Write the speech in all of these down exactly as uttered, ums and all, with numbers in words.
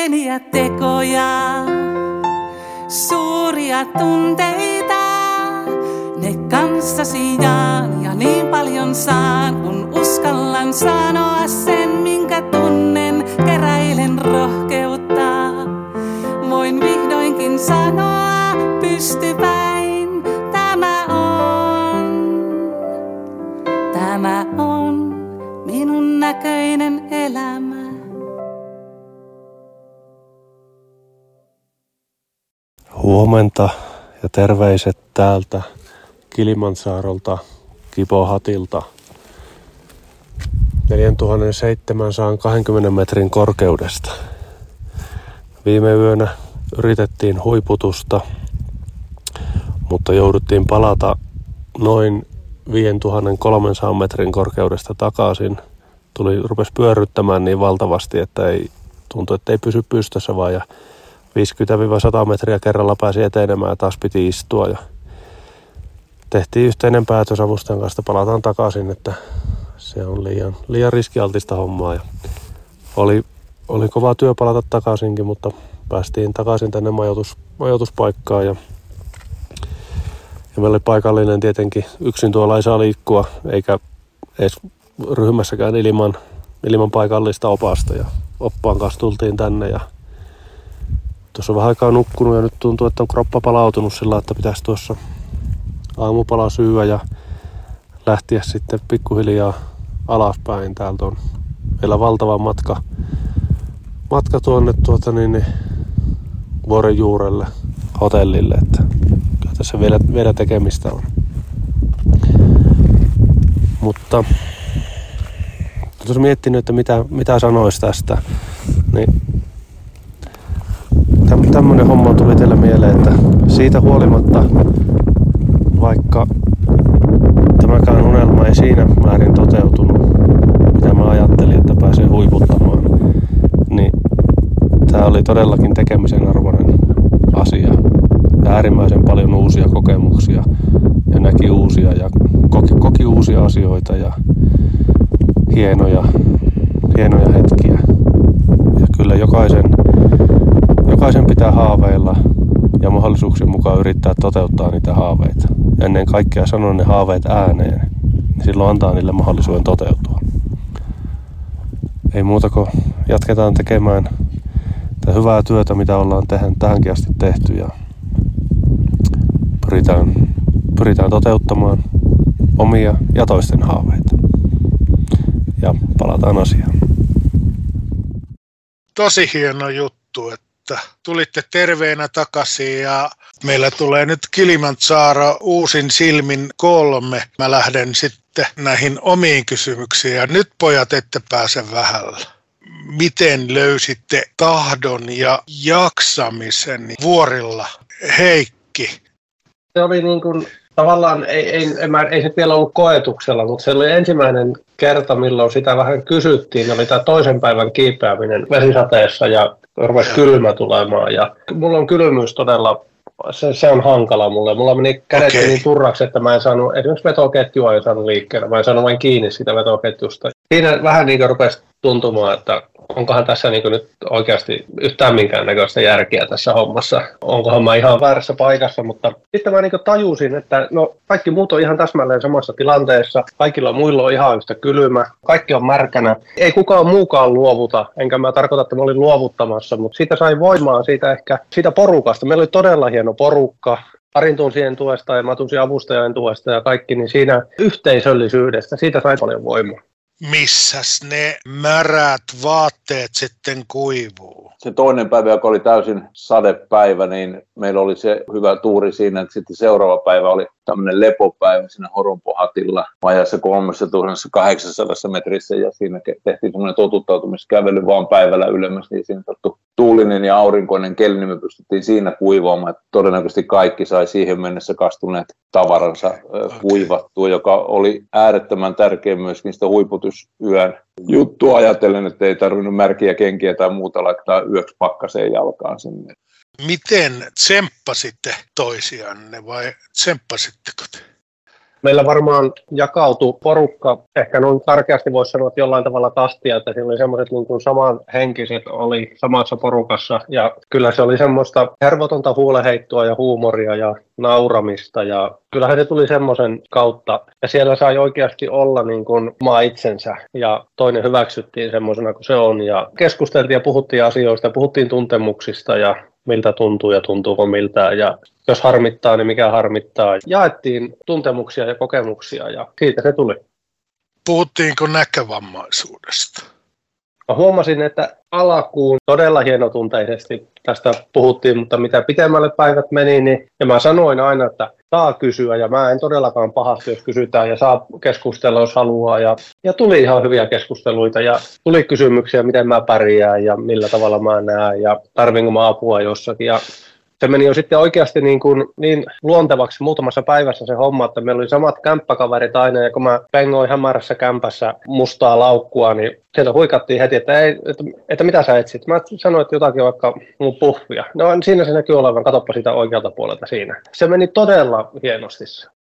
pieniä tekoja, suuria tunteita. Ne kanssasi jaan ja niin paljon saan, kun uskallan sanoa sen, minkä tunnen, keräilen rohkeutta. Voin vihdoinkin sanoa pystypäin, tämä on, tämä on minun näköinen elämä. Huomenta ja terveiset täältä Kilimanjarolta, Kipohatilta. neljätuhattaseitsemänsataakaksikymmentä metrin korkeudesta. Viime yönä yritettiin huiputusta, mutta jouduttiin palata noin viisituhattakolmesataa metrin korkeudesta takaisin. Tuli, rupesi pyörryttämään niin valtavasti, että ei, tuntui, että ei pysy pystyssä vaan. Ja viisikymmentä sata metriä kerralla pääsi etenemään ja taas piti istua. Ja tehtiin yhteinen päätös avustajan kanssa, palataan takaisin, että se on liian, liian riskialtista hommaa. Ja oli, oli kova työ palata takaisinkin, mutta päästiin takaisin tänne majoitus, majoituspaikkaan. Ja, ja meillä oli paikallinen tietenkin, yksin tuolla ei saa liikkua, eikä edes ryhmässäkään ilman, ilman paikallista opasta. Ja oppaan kanssa tultiin tänne ja tuossa on vähän aikaa nukkunut ja nyt tuntuu, että on kroppa palautunut sillä, että pitäisi tuossa aamupala syyä ja lähteä sitten pikkuhiljaa alaspäin. Täältä on vielä valtava matka, matka tuonne tuota niin, niin, vuoren juurelle hotellille, että kyllä tässä vielä, vielä tekemistä on. Mutta tuossa miettinyt, että mitä, mitä sanoisi tästä, niin tämmöinen homma tuli teille mieleen, että siitä huolimatta, vaikka tämäkään unelma ei siinä määrin toteutunut, mitä mä ajattelin, että pääsee huiputtamaan, niin tämä oli todellakin tekemisen arvoinen asia. Ja äärimmäisen paljon uusia kokemuksia ja näki uusia ja koki, koki uusia asioita ja hienoja, hienoja hetkiä. Ja kyllä jokaisen Jokaisen pitää haaveilla ja mahdollisuuksien mukaan yrittää toteuttaa niitä haaveita. Ja ennen kaikkea sanoa ne haaveet ääneen, niin silloin antaa niille mahdollisuuden toteutua. Ei muuta kuin jatketaan tekemään tätä hyvää työtä, mitä ollaan tähän, tähänkin asti tehty. Ja pyritään, pyritään toteuttamaan omia ja toisten haaveita. Ja palataan asiaan. Tosi hieno juttu, että tulitte terveenä takaisin ja meillä tulee nyt Kilimanjaro uusin silmin kolme. Mä lähden sitten näihin omiin kysymyksiin ja nyt pojat ette pääse vähällä. Miten löysitte tahdon ja jaksamisen vuorilla? Heikki. Se oli niin kuin, tavallaan, ei, ei, ei, ei se vielä ollut koetuksella, mutta se oli ensimmäinen kerta, milloin sitä vähän kysyttiin. Oli tämä toisen päivän kiipeäminen vesisateessa ja rupesi kylmä tulemaan. Ja mulla on kylmyys todella, se, se on hankala mulle. Mulla meni kädet okay. niin turraksi, että mä en saanut, esimerkiksi vetoketjua ei saanut liikkeelle. Mä en saanut vain kiinni sitä vetoketjusta. Siinä vähän niin kuin rupesi tuntumaan, että onkohan tässä niin kuin nyt oikeasti yhtään minkäännäköistä järkeä tässä hommassa. Onkohan mä ihan väärässä paikassa, mutta sitten mä niin kuin tajusin, että no, kaikki muut on ihan täsmälleen samassa tilanteessa. Kaikilla muilla on ihan yhtä kylmä. Kaikki on märkänä. Ei kukaan muukaan luovuta, enkä mä tarkoita, että mä olin luovuttamassa, mutta siitä sai voimaa siitä ehkä siitä porukasta. Meillä oli todella hieno porukka. Parin tunsien tuesta ja mä tunsin avustajan tuesta ja kaikki, niin siinä yhteisöllisyydestä, siitä sai paljon voimaa. Missäs ne märät vaatteet sitten kuivuu? Se toinen päivä, joka oli täysin sadepäivä, niin meillä oli se hyvä tuuri siinä, että sitten seuraava päivä oli tämmöinen lepopäivä siinä Horonpohatilla vajassa kolmetuhattakahdeksansataa metrissä ja siinä tehtiin semmoinen totuttautumiskävely vaan päivällä ylemmäs, niin siinä sattui tuulinen ja aurinkoinen keli, niin me pystyttiin siinä kuivaamaan. Että todennäköisesti kaikki sai siihen mennessä kastuneet tavaransa okay. kuivattua, joka oli äärettömän tärkeä myöskin sitä huiputusyön juttua ajatellen, että ei tarvinnut märkiä kenkiä tai muuta laittaa yöksi pakkaseen jalkaan sinne. Miten tsemppasitte toisianne vai tsemppasitteko te? Meillä varmaan jakautui porukka, ehkä noin karkeasti voisi sanoa, että jollain tavalla kastia, että siinä oli semmoiset niin kuin samanhenkiset oli samassa porukassa. Ja kyllä se oli semmoista hervotonta huuleheittoa ja huumoria ja nauramista. Ja kyllähän se tuli semmoisen kautta. Ja siellä sai oikeasti olla niin kuin maa itsensä ja toinen hyväksyttiin semmoisena kuin se on. Ja keskusteltiin ja puhuttiin asioista, puhuttiin tuntemuksista ja miltä tuntuu ja tuntuuko miltään. Ja jos harmittaa, niin mikä harmittaa. Jaettiin tuntemuksia ja kokemuksia ja siitä se tuli. Puhuttiinko näkövammaisuudesta? Mä huomasin, että alkuun todella hienotunteisesti tästä puhuttiin, mutta mitä pitemmälle päivät meni, niin ja mä sanoin aina, että saa kysyä ja mä en todellakaan pahasti, jos kysytään ja saa keskustella, jos haluaa. Ja, ja tuli ihan hyviä keskusteluita ja tuli kysymyksiä, miten mä pärjään ja millä tavalla mä näen ja tarvinko mä apua jossakin. Ja se meni jo sitten oikeasti niin, kuin niin luontevaksi muutamassa päivässä se homma, että meillä oli samat kämppäkaverit aina, ja kun mä pengoin hämärässä kämpässä mustaa laukkua, niin sieltä huikattiin heti, että, ei, että, että mitä sä etsit. Mä sanoin, että jotakin vaikka mun puffia. No siinä se näkyy olevan, katoppa sitä oikealta puolelta siinä. Se meni todella hienosti.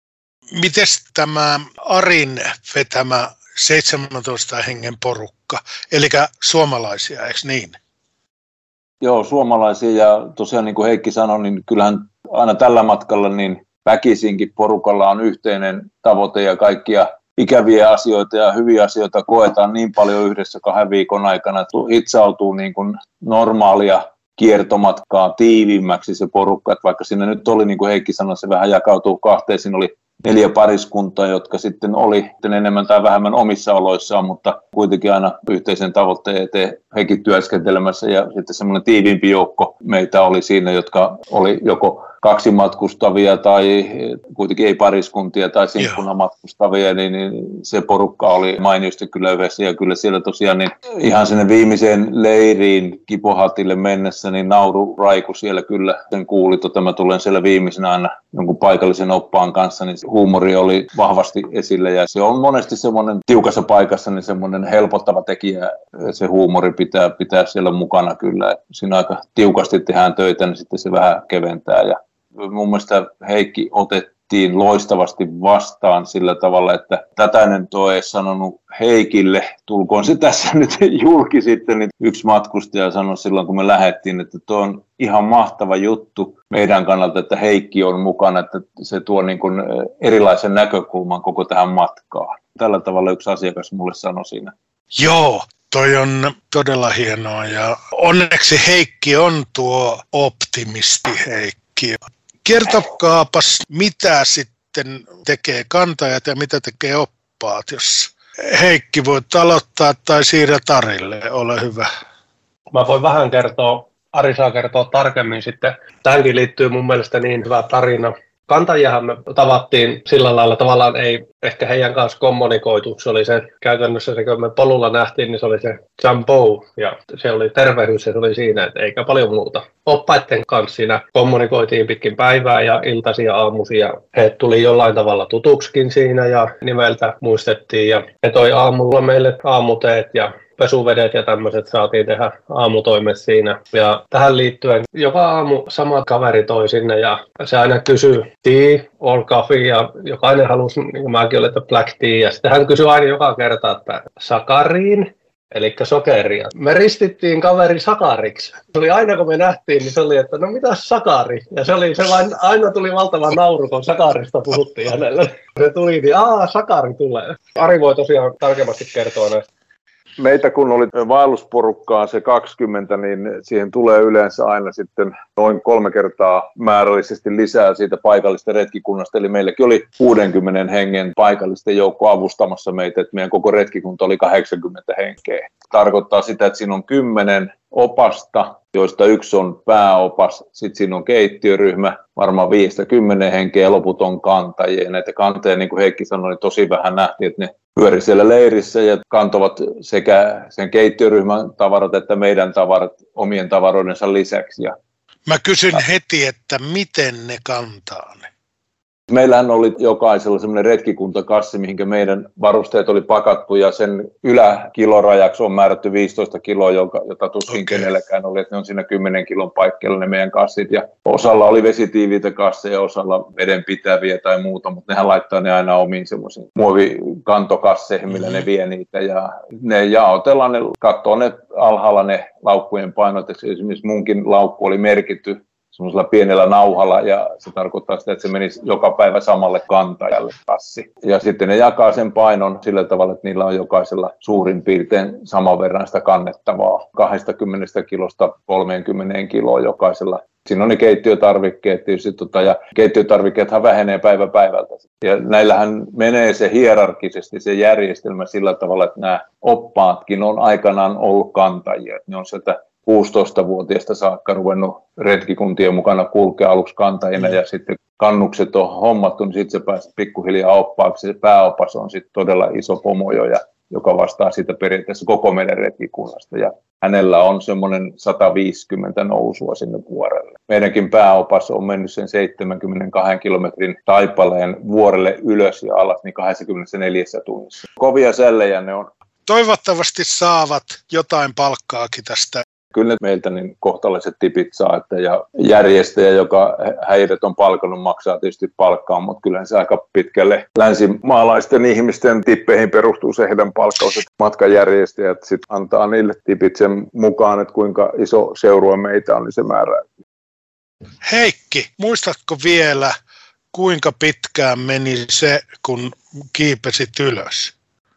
Mites tämä Arin vetämä seitsemäntoista hengen porukka, eli suomalaisia, eikö niin? Joo, suomalaisia ja tosiaan niin kuin Heikki sanoi, niin kyllähän aina tällä matkalla niin väkisinkin porukalla on yhteinen tavoite ja kaikkia ikäviä asioita ja hyviä asioita koetaan niin paljon yhdessä kahden viikon aikana, että hitsautuu niin kuin normaalia kiertomatkaa tiivimmäksi se porukka, että vaikka siinä nyt oli, niin kuin Heikki sanoi, se vähän jakautuu kahteen, siinä oli neljä pariskuntaa, jotka sitten oli enemmän tai vähemmän omissa oloissaan, mutta kuitenkin aina yhteisen tavoitteen eteen hekin työskentelemässä ja sitten semmoinen tiiviimpi joukko meitä oli siinä, jotka oli joko kaksi matkustavia tai kuitenkin ei pariskuntia tai sinkkuna matkustavia, niin, niin se porukka oli mainiosti kyllä yhdessä ja kyllä siellä tosiaan niin ihan sinne viimeiseen leiriin Kipohatille mennessä, niin nauru raiku siellä kyllä sen kuuli, että mä tulen siellä viimeisenä aina jonkun paikallisen oppaan kanssa, niin huumori oli vahvasti esillä ja se on monesti semmoinen tiukassa paikassa niin semmoinen helpottava tekijä, se huumori pitää, pitää siellä mukana kyllä, siinä aika tiukasti tehdään töitä, niin sitten se vähän keventää ja mun mielestä Heikki otettiin loistavasti vastaan sillä tavalla, että tätä en ole sanonut Heikille, tulkoon se tässä nyt julki sitten, niin yksi matkustaja sanoi silloin, kun me lähdettiin, että tuo on ihan mahtava juttu meidän kannalta, että Heikki on mukana, että se tuo niin kuin erilaisen näkökulman koko tähän matkaan. Tällä tavalla yksi asiakas mulle sanoi siinä. Joo, toi on todella hienoa ja onneksi Heikki on tuo optimisti Heikki. Kertokaapas, mitä sitten tekee kantajat ja mitä tekee oppaat, jos Heikki voit aloittaa tai siirrät Arille, ole hyvä. Mä voin vähän kertoa, Ari saa kertoa tarkemmin sitten. Tähänkin liittyy mun mielestä niin hyvä tarina. Kantajiahan me tavattiin sillä lailla, tavallaan ei ehkä heidän kanssa kommunikoitu. Se oli se käytännössä se, kun me polulla nähtiin, niin se oli se jumbo ja se oli tervehdys ja se oli siinä, että eikä paljon muuta. Oppaiden kanssa siinä kommunikoitiin pitkin päivää ja iltaisin ja aamuisin ja he tuli jollain tavalla tutuksikin siinä ja nimeltä muistettiin ja he toi aamulla meille aamuteet ja pesuvedet ja tämmöiset saatiin tehdä aamutoimet siinä. Ja tähän liittyen joka aamu sama kaveri toi sinne ja se aina kysyi tea or coffee ja jokainen halusi, niin kuin mäkin olin, että black tea. Ja sitten hän kysyi aina joka kerta, että sakariin, eli sokeria. Me ristittiin kaveri sakariksi. Se oli aina kun me nähtiin, niin se oli, että no mitä sakari? Ja se oli se vain, aina tuli valtava nauru, kun sakarista puhuttiin hänelle. Se tuli, niin aah, sakari tulee. Ari voi tosiaan tarkemmasti kertoa näistä. Meitä kun oli vaellusporukkaa se kaksikymmentä, niin siihen tulee yleensä aina sitten noin kolme kertaa määrällisesti lisää siitä paikallista retkikunnasta. Eli meilläkin oli kuudenkymmenen hengen paikallisten joukko avustamassa meitä, että meidän koko retkikunta oli kahdeksankymmentä henkeä. Tarkoittaa sitä, että siinä on kymmenen opasta, joista yksi on pääopas, sitten siinä on keittiöryhmä, varmaan viistä kymmenen henkeä ja loput on kantajia. Näitä kantajia, niin kuin Heikki sanoi, niin tosi vähän nähtiin, että ne pyöri siellä leirissä ja kantovat sekä sen keittiöryhmän tavarat että meidän tavarat omien tavaroidensa lisäksi. Mä kysyn heti, että miten ne kantaa ne? Meillähän oli jokaisella semmoinen retkikuntakassi, mihinkä meidän varusteet oli pakattu, ja sen yläkilorajaksi on määrätty viisitoista kiloa, jota tuskin okay. kenelläkään oli, että ne on siinä kymmenen kilon paikkeilla ne meidän kassit, ja osalla oli vesitiiviitä kasseja, osalla vedenpitäviä tai muuta, mutta nehän laittaa ne aina omiin semmoisiin muovikantokasseihin, millä mm-hmm. ne vie niitä, ja ne jaotellaan, ne katsoo ne alhaalla ne laukkujen painot, esimerkiksi munkin laukku oli merkitty semmoisella pienellä nauhalla, ja se tarkoittaa sitä, että se menisi joka päivä samalle kantajalle kassi. Ja sitten ne jakaa sen painon sillä tavalla, että niillä on jokaisella suurin piirtein saman verran sitä kannettavaa. kaksikymmentä kilosta kolmekymmentä kiloa jokaisella. Siinä on ne keittiötarvikkeet tietysti, tota, ja keittiötarvikkeethan vähenee päivä päivältä. Ja näillähän menee se hierarkisesti se järjestelmä sillä tavalla, että nämä oppaatkin on aikanaan ollut kantajia. Että ne on sieltä kuusitoistavuotiaasta saakka ruvennut retkikuntien mukana kulkea aluksi kantajina, ja sitten kannukset on hommattu, niin sitten se pääsee pikkuhiljaa oppaaksi. Se pääopas on sitten todella iso pomojo, joka vastaa siitä periaatteessa koko meidän retkikunnasta. Ja hänellä on semmoinen sata viisikymmentä nousua sinne vuorelle. Meidänkin pääopas on mennyt sen seitsemänkymmentäkaksi kilometrin taipaleen vuorelle ylös ja alas niin kaksikymmentäneljä tunnissa. Kovia sällejä ne on. Toivottavasti saavat jotain palkkaakin tästä. Kyllä meiltä niin kohtalaiset tipit saa, että ja järjestäjä, joka heidät on palkannut, maksaa tietysti palkkaa, mutta kyllä se aika pitkälle länsimaalaisten ihmisten tippeihin perustuu se heidän palkkaus, että matkanjärjestäjät sitten antaa niille tipit sen mukaan, että kuinka iso seurue meitä on, niin se määrää. Heikki, muistatko vielä, kuinka pitkään meni se, kun kiipesit ylös?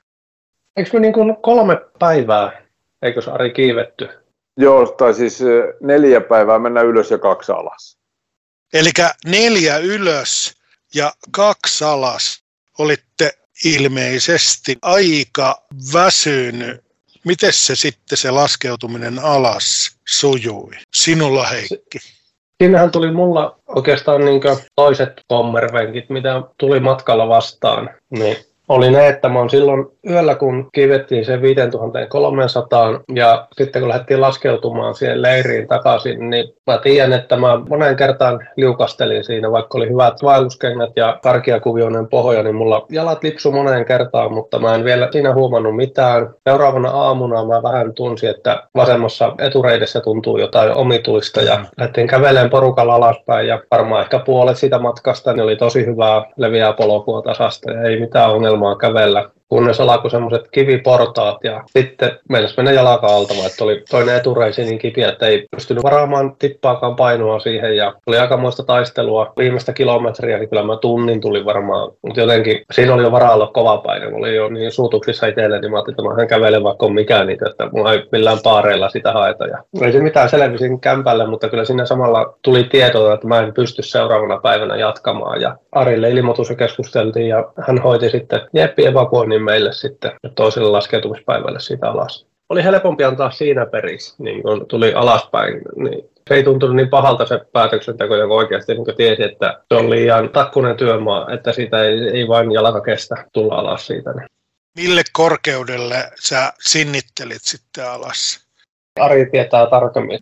Eikö me niin kuin kolme päivää, eikö se Ari kiivetty? Joo, tai siis neljä päivää mennä ylös ja kaksi alas. Eli neljä ylös ja kaksi alas. Olitte ilmeisesti aika väsynyt. Miten se sitten se laskeutuminen alas sujui? Sinulla, Heikki. Siinähän tuli mulla oikeastaan niin toiset kommervenkit, mitä tuli matkalla vastaan. Niin oli ne, että mä oon silloin yöllä, kun kivettiin sen viisituhattakolmesataa ja sitten kun lähdettiin laskeutumaan siihen leiriin takaisin, niin mä tiedän, että mä moneen kertaan liukastelin siinä, vaikka oli hyvät vaelluskengät ja karkeakuvioinen pohja, niin mulla jalat lipsu moneen kertaan, mutta mä en vielä siinä huomannut mitään. Seuraavana aamuna mä vähän tunsin, että vasemmassa etureidessä tuntuu jotain omituista ja lähdettiin kävelemään porukalla alaspäin ja varmaan ehkä puolet siitä matkasta niin oli tosi hyvää leviää polkua tasasta ja ei mitään ongelmaa kävellä, kunnes alkoi semmoiset kiviportaat ja sitten meillä mennä jalaka-alta, että oli toinen etureisi niin kipiä, että ei pystynyt varaamaan tippaakaan painoa siihen ja oli aikamoista taistelua viimeistä kilometriä, niin kyllä mä tunnin tuli varmaan, mutta jotenkin siinä oli jo varaa olla kova paino, oli jo niin suutuksissa itselle, niin mä ajattelin, että mä hän kävelen vaikka on mikään niitä, että mulla ei millään paareilla sitä haeta ja ei se mitään, selvisin kämpälle, mutta kyllä siinä samalla tuli tietoa, että mä en pysty seuraavana päivänä jatkamaan ja Arille ilmoitus ja keskusteltiin ja hän hoiti sitten jeppi evakuoinnin meille sitten toiselle laskeutumispäivälle siitä alas. Oli helpompi antaa siinä periksi, niin kun tuli alaspäin, niin se ei tuntunut niin pahalta se päätöksenteko, joka oikeasti niin tiesi, että se on liian takkunen työmaa, että siitä ei, ei vain jalka kestä tulla alas siitä. Niin. Mille korkeudelle sä sinnittelit sitten alas? Ari tietää tarkemmin.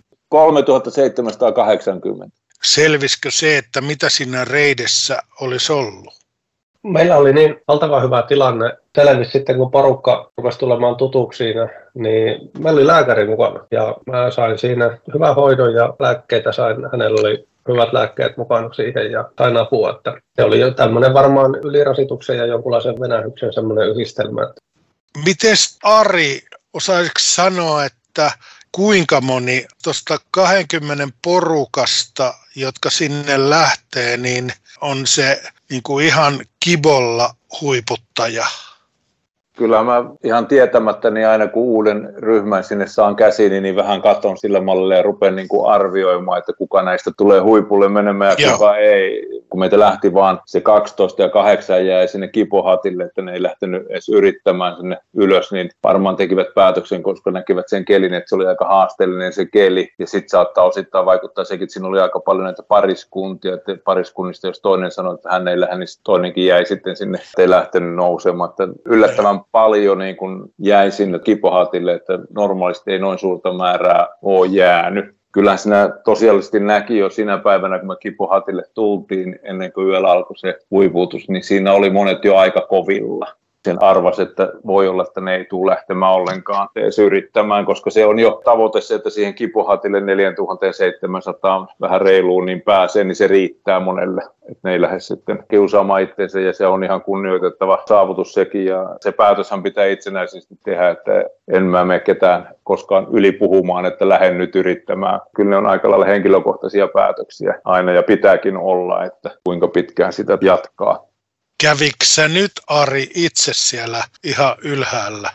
kolmetuhattaseitsemänsataakahdeksankymmentä. Selvisikö se, että mitä siinä reidessä olisi ollut? Meillä oli niin valtavan hyvä tilanne. Selvisi sitten, kun porukka rupesi tulemaan tutuksi siinä, niin meillä oli lääkäri mukana. Ja mä sain siinä hyvän hoidon ja lääkkeitä sain. Hänellä oli hyvät lääkkeet mukana siihen ja sain apua. Että se oli jo tämmöinen varmaan ylirasituksen ja jonkunlaisen venähyksen semmoinen yhdistelmä. Mites Ari, osaisitko sanoa, että kuinka moni tuosta kaksikymmentä porukasta, jotka sinne lähtee, niin on se niin kuin ihan kibolla huiputtaja? Kyllä mä ihan tietämättä, niin aina kun uuden ryhmän sinne saan käsiini, niin vähän katon sillä mallilla ja rupean niin kuin arvioimaan, että kuka näistä tulee huipulle menemään ja kuka ei. Kun meitä lähti vaan se kaksitoista ja kahdeksan jäi sinne kipohatille, että ne ei lähtenyt edes yrittämään sinne ylös, niin varmaan tekivät päätöksen, koska näkivät sen kelin, että se oli aika haasteellinen se keli. Ja sitten saattaa osittain vaikuttaa sekin, että siinä oli aika paljon näitä pariskuntia, että pariskunnista jos toinen sanoi, että hän ei lähde, niin toinenkin jäi sitten sinne, että ei lähtenyt nousemaan. Että yllättävän paljon niin kun jäi sinne kipohatille, että normaalisti ei noin suurta määrää ole jäänyt. kyllähän siinä tosiaalisesti näki jo sinä päivänä, kun me Kipuhatille tultiin ennen kuin yöllä alkoi se huiputus, niin siinä oli monet jo aika kovilla. Sen arvasi, että voi olla, että ne ei tule lähtemään ollenkaan edes yrittämään, koska se on jo tavoite se, että siihen Kipuhatille neljätuhattaseitsemänsataa vähän reiluun niin pääsee, niin se riittää monelle, että ne ei lähde sitten kiusaamaan itseensä, ja se on ihan kunnioitettava saavutus sekin, ja se päätöshän pitää itsenäisesti tehdä, että en mä mene ketään koskaan ylipuhumaan, että lähden nyt yrittämään. Kyllä ne on aika lailla henkilökohtaisia päätöksiä aina, ja pitääkin olla, että kuinka pitkään sitä jatkaa. Kävikö sä nyt, Ari, itse siellä ihan ylhäällä?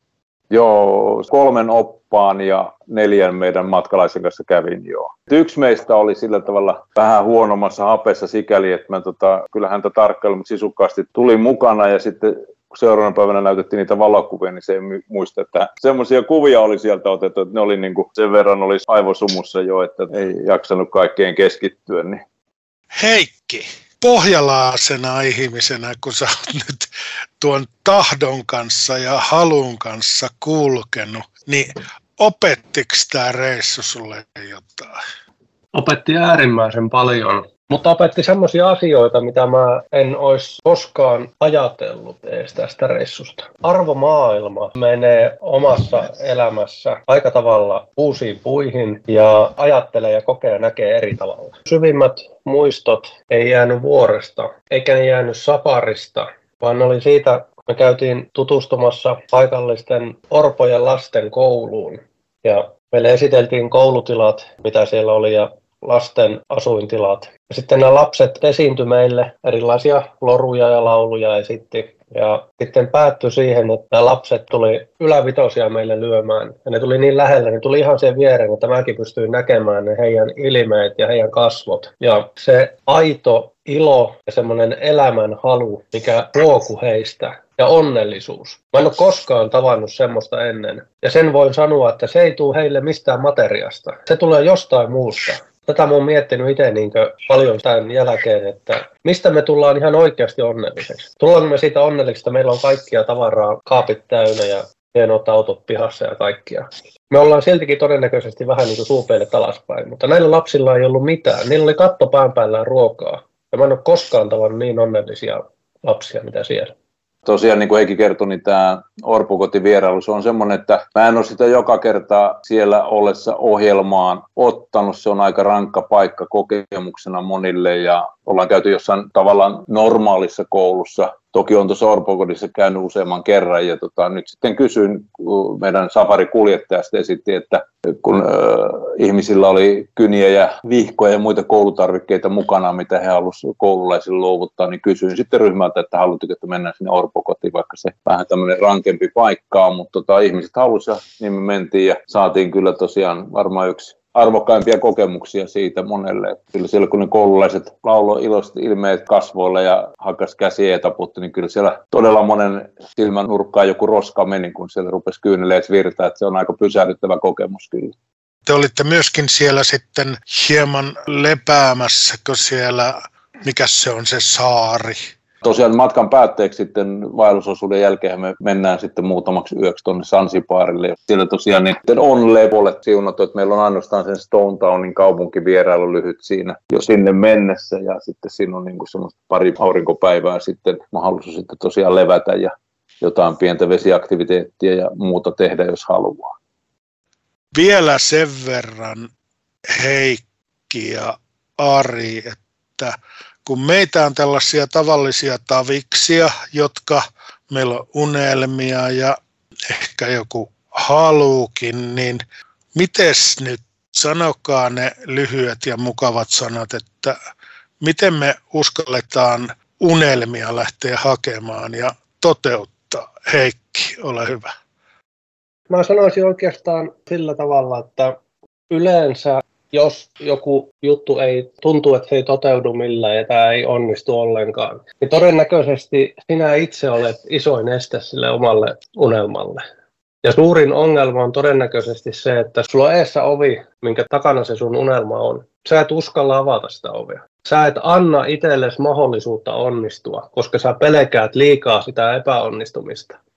Joo, kolmen oppaan ja neljän meidän matkalaisen kanssa kävin joo. Yksi meistä oli sillä tavalla vähän huonommassa hapessa sikäli, että mä tota, kyllä häntä tarkkailin, mutta sisukkaasti tuli mukana ja sitten kun seuraavana päivänä näytettiin niitä valokuvia, niin se ei muista, että semmoisia kuvia oli sieltä otettu, että ne oli niin kuin sen verran olisi aivosumussa jo, että ei jaksanut kaikkeen keskittyä. Niin. Heikki, pohjalaisena ihmisenä, kun sä oot nyt tuon tahdon kanssa ja halun kanssa kulkenut, niin opettiko tämä reissu sulle jotain? Opetti äärimmäisen paljon, mutta opetti semmoisia asioita, mitä mä en olisi koskaan ajatellut edes tästä reissusta. Arvomaailma menee omassa elämässä aika tavalla uusiin puihin ja ajattelee ja kokee ja näkee eri tavalla. Syvimmät muistot ei jäänyt vuoresta, eikä ne jäänyt safarista, vaan ne oli siitä, me käytiin tutustumassa paikallisten orpojen lasten kouluun. Ja meille esiteltiin koulutilat, mitä siellä oli, ja lasten asuintilat. Ja sitten nämä lapset esiintyi meille, erilaisia loruja ja lauluja esitti. Ja sitten päättyi siihen, että nämä lapset tuli ylävitosia meille lyömään. Ja ne tuli niin lähelle, ne tuli ihan sen viereen, että mäkin pystyin näkemään ne heidän ilmeet ja heidän kasvot. Ja se aito ilo ja semmoinen elämän halu, mikä ruoku heistä, ja onnellisuus. Mä en ole koskaan tavannut semmoista ennen. Ja sen voin sanoa, että se ei tule heille mistään materiasta. Se tulee jostain muusta. Tätä mä oon miettinyt itse niin paljon tämän jälkeen, että mistä me tullaan ihan oikeasti onnelliseksi. Tullaanko me siitä onnelliseksi, että meillä on kaikkia tavaraa, kaapit täynnä ja hienot autot pihassa ja kaikkia. Me ollaan siltikin todennäköisesti vähän niin kuin suupeilet alaspäin, mutta näillä lapsilla ei ollut mitään. Niillä oli katto pään päällään ruokaa. Ja mä en ole koskaan tavannut niin onnellisia lapsia, mitä siellä. Tosiaan, niin kuin Heikki kertoi, niin tämä orpokotivierailu, se on semmoinen, että mä en ole sitä joka kerta siellä ollessa ohjelmaan ottanut. Se on aika rankka paikka kokemuksena monille ja ollaan käyty jossain tavallaan normaalissa koulussa. Toki on tuossa orpokodissa käynyt useamman kerran ja tota, nyt sitten kysyin, kun meidän safarikuljettajasta esitti, että kun ö, ihmisillä oli kyniä ja vihkoja ja muita koulutarvikkeita mukana, mitä he halusivat koululaisille luovuttaa, niin kysyin sitten ryhmältä, että haluatteko, että mennään sinne orpokotiin, vaikka se vähän tämmöinen rankempi paikka on, mutta tota, ihmiset halusivat, niin me mentiin ja saatiin kyllä tosiaan varmaan yksi arvokkaimpia kokemuksia siitä monelle. Kyllä siellä kun ne koululaiset lauloi iloisesti ilmeet kasvoilla ja hakas käsiä ja taputti, niin kyllä siellä todella monen silmän nurkkaan joku roska meni, kun siellä rupesi kyyneleet virtaa, että se on aika pysähdyttävä kokemus kyllä. Te olitte myöskin siellä sitten hieman lepäämässäkö siellä, mikä se on se saari? Tosiaan matkan päätteeksi sitten vaellusosuuden jälkeen me mennään sitten muutamaksi yöksi tuonne Zanzibarille. Siellä tosiaan niin on lepolle siunattu, että meillä on ainoastaan sen Stone Townin kaupunkivierailu lyhyt siinä jo sinne mennessä. Ja sitten siinä on niin kuin semmoista pari aurinkopäivää sitten mahdollisuus sitten tosiaan levätä ja jotain pientä vesiaktiviteettia ja muuta tehdä, jos haluaa. Vielä sen verran Heikki ja Ari, että kun meitä on tällaisia tavallisia taviksia, jotka meillä on unelmia ja ehkä joku haluukin, niin mites nyt, sanokaa ne lyhyet ja mukavat sanat, että miten me uskalletaan unelmia lähteä hakemaan ja toteuttaa. Heikki, ole hyvä. Mä sanoisin oikeastaan sillä tavalla, että yleensä jos joku juttu ei tuntuu, että se ei toteudu millään ja tämä ei onnistu ollenkaan, niin todennäköisesti sinä itse olet isoin este sille omalle unelmalle. Ja suurin ongelma on todennäköisesti se, että sulla on eessä ovi, minkä takana se sun unelma on. Sä et uskalla avata sitä ovea. Sä et anna itsellesi mahdollisuutta onnistua, koska sä pelkäät liikaa sitä epäonnistumista.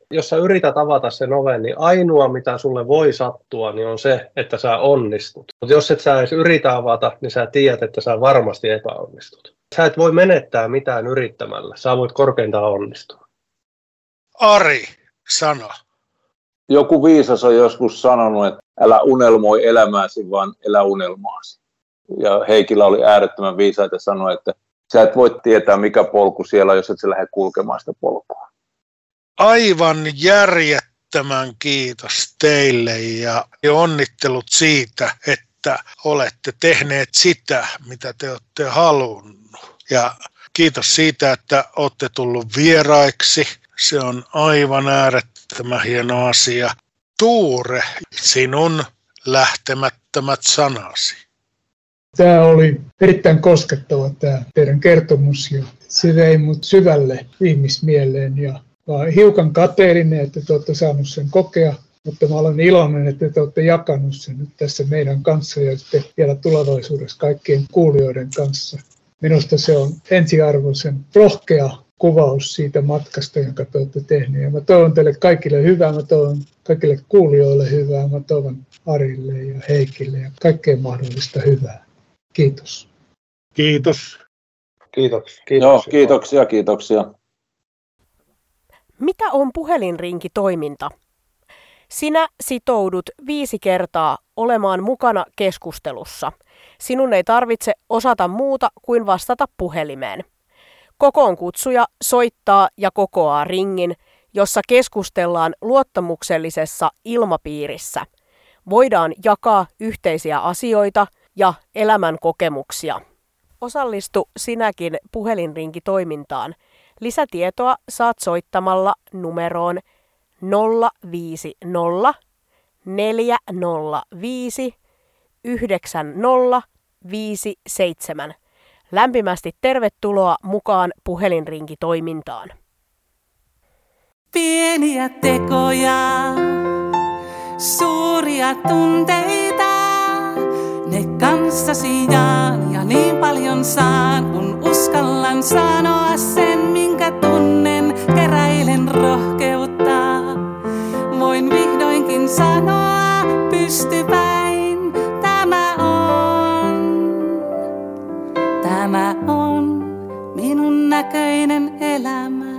Jos sä yrität avata sen oven, niin ainoa mitä sulle voi sattua, niin on se, että sä onnistut. Mutta jos et sä edes yritä avata, niin sä tiedät, että sä varmasti epäonnistut. Sä et voi menettää mitään yrittämällä, sä voit korkeintaan onnistua. Ari, sano. Joku viisas on joskus sanonut, että älä unelmoi elämääsi, vaan elä unelmaasi. Ja Heikilä oli äärettömän viisaita ja sanoi, että sä et voi tietää mikä polku siellä on, jos et sä lähde kulkemaan sitä polkua. Aivan järjettömän kiitos teille ja onnittelut siitä, että olette tehneet sitä, mitä te olette halunnut. Ja kiitos siitä, että olette tullut vieraiksi. Se on aivan äärettömän hieno asia. Tuure, sinun lähtemättömät sanasi. Tämä oli erittäin koskettava tämä teidän kertomus ja se vei mut syvälle ihmismieleen ja olen hiukan kateellinen, että te olette saaneet sen kokea, mutta mä olen iloinen, että te olette jakanut sen nyt tässä meidän kanssa ja sitten vielä tulevaisuudessa kaikkien kuulijoiden kanssa. Minusta se on ensiarvoisen rohkea kuvaus siitä matkasta, jonka te olette tehneet. Ja mä toivon teille kaikille hyvää, mä toivon kaikille kuulijoille hyvää, mä toivon Arille ja Heikille ja kaikkea mahdollista hyvää. Kiitos. Kiitos. Kiitoksia. Kiitoksia. Joo, kiitoksia, kiitoksia. Mitä on puhelinrinkitoiminta? Sinä sitoudut viisi kertaa olemaan mukana keskustelussa. Sinun ei tarvitse osata muuta kuin vastata puhelimeen. Kokoonkutsuja soittaa ja kokoaa ringin, jossa keskustellaan luottamuksellisessa ilmapiirissä. Voidaan jakaa yhteisiä asioita ja elämän kokemuksia. Osallistu sinäkin puhelinrinkitoimintaan. Lisätietoa saat soittamalla numeroon nolla viisi nolla neljä nolla viisi yhdeksän nolla viisi seitsemän. Lämpimästi tervetuloa mukaan puhelinrinkitoimintaan. Pieniä tekoja, suuria tunteita, ne kanssasi jaan ja niin paljon saan, kun uskallan sanoa sen, minkä tunnen, keräilen rohkeutta. Voin vihdoinkin sanoa pystypäin, tämä on, tämä on minun näköinen elämä.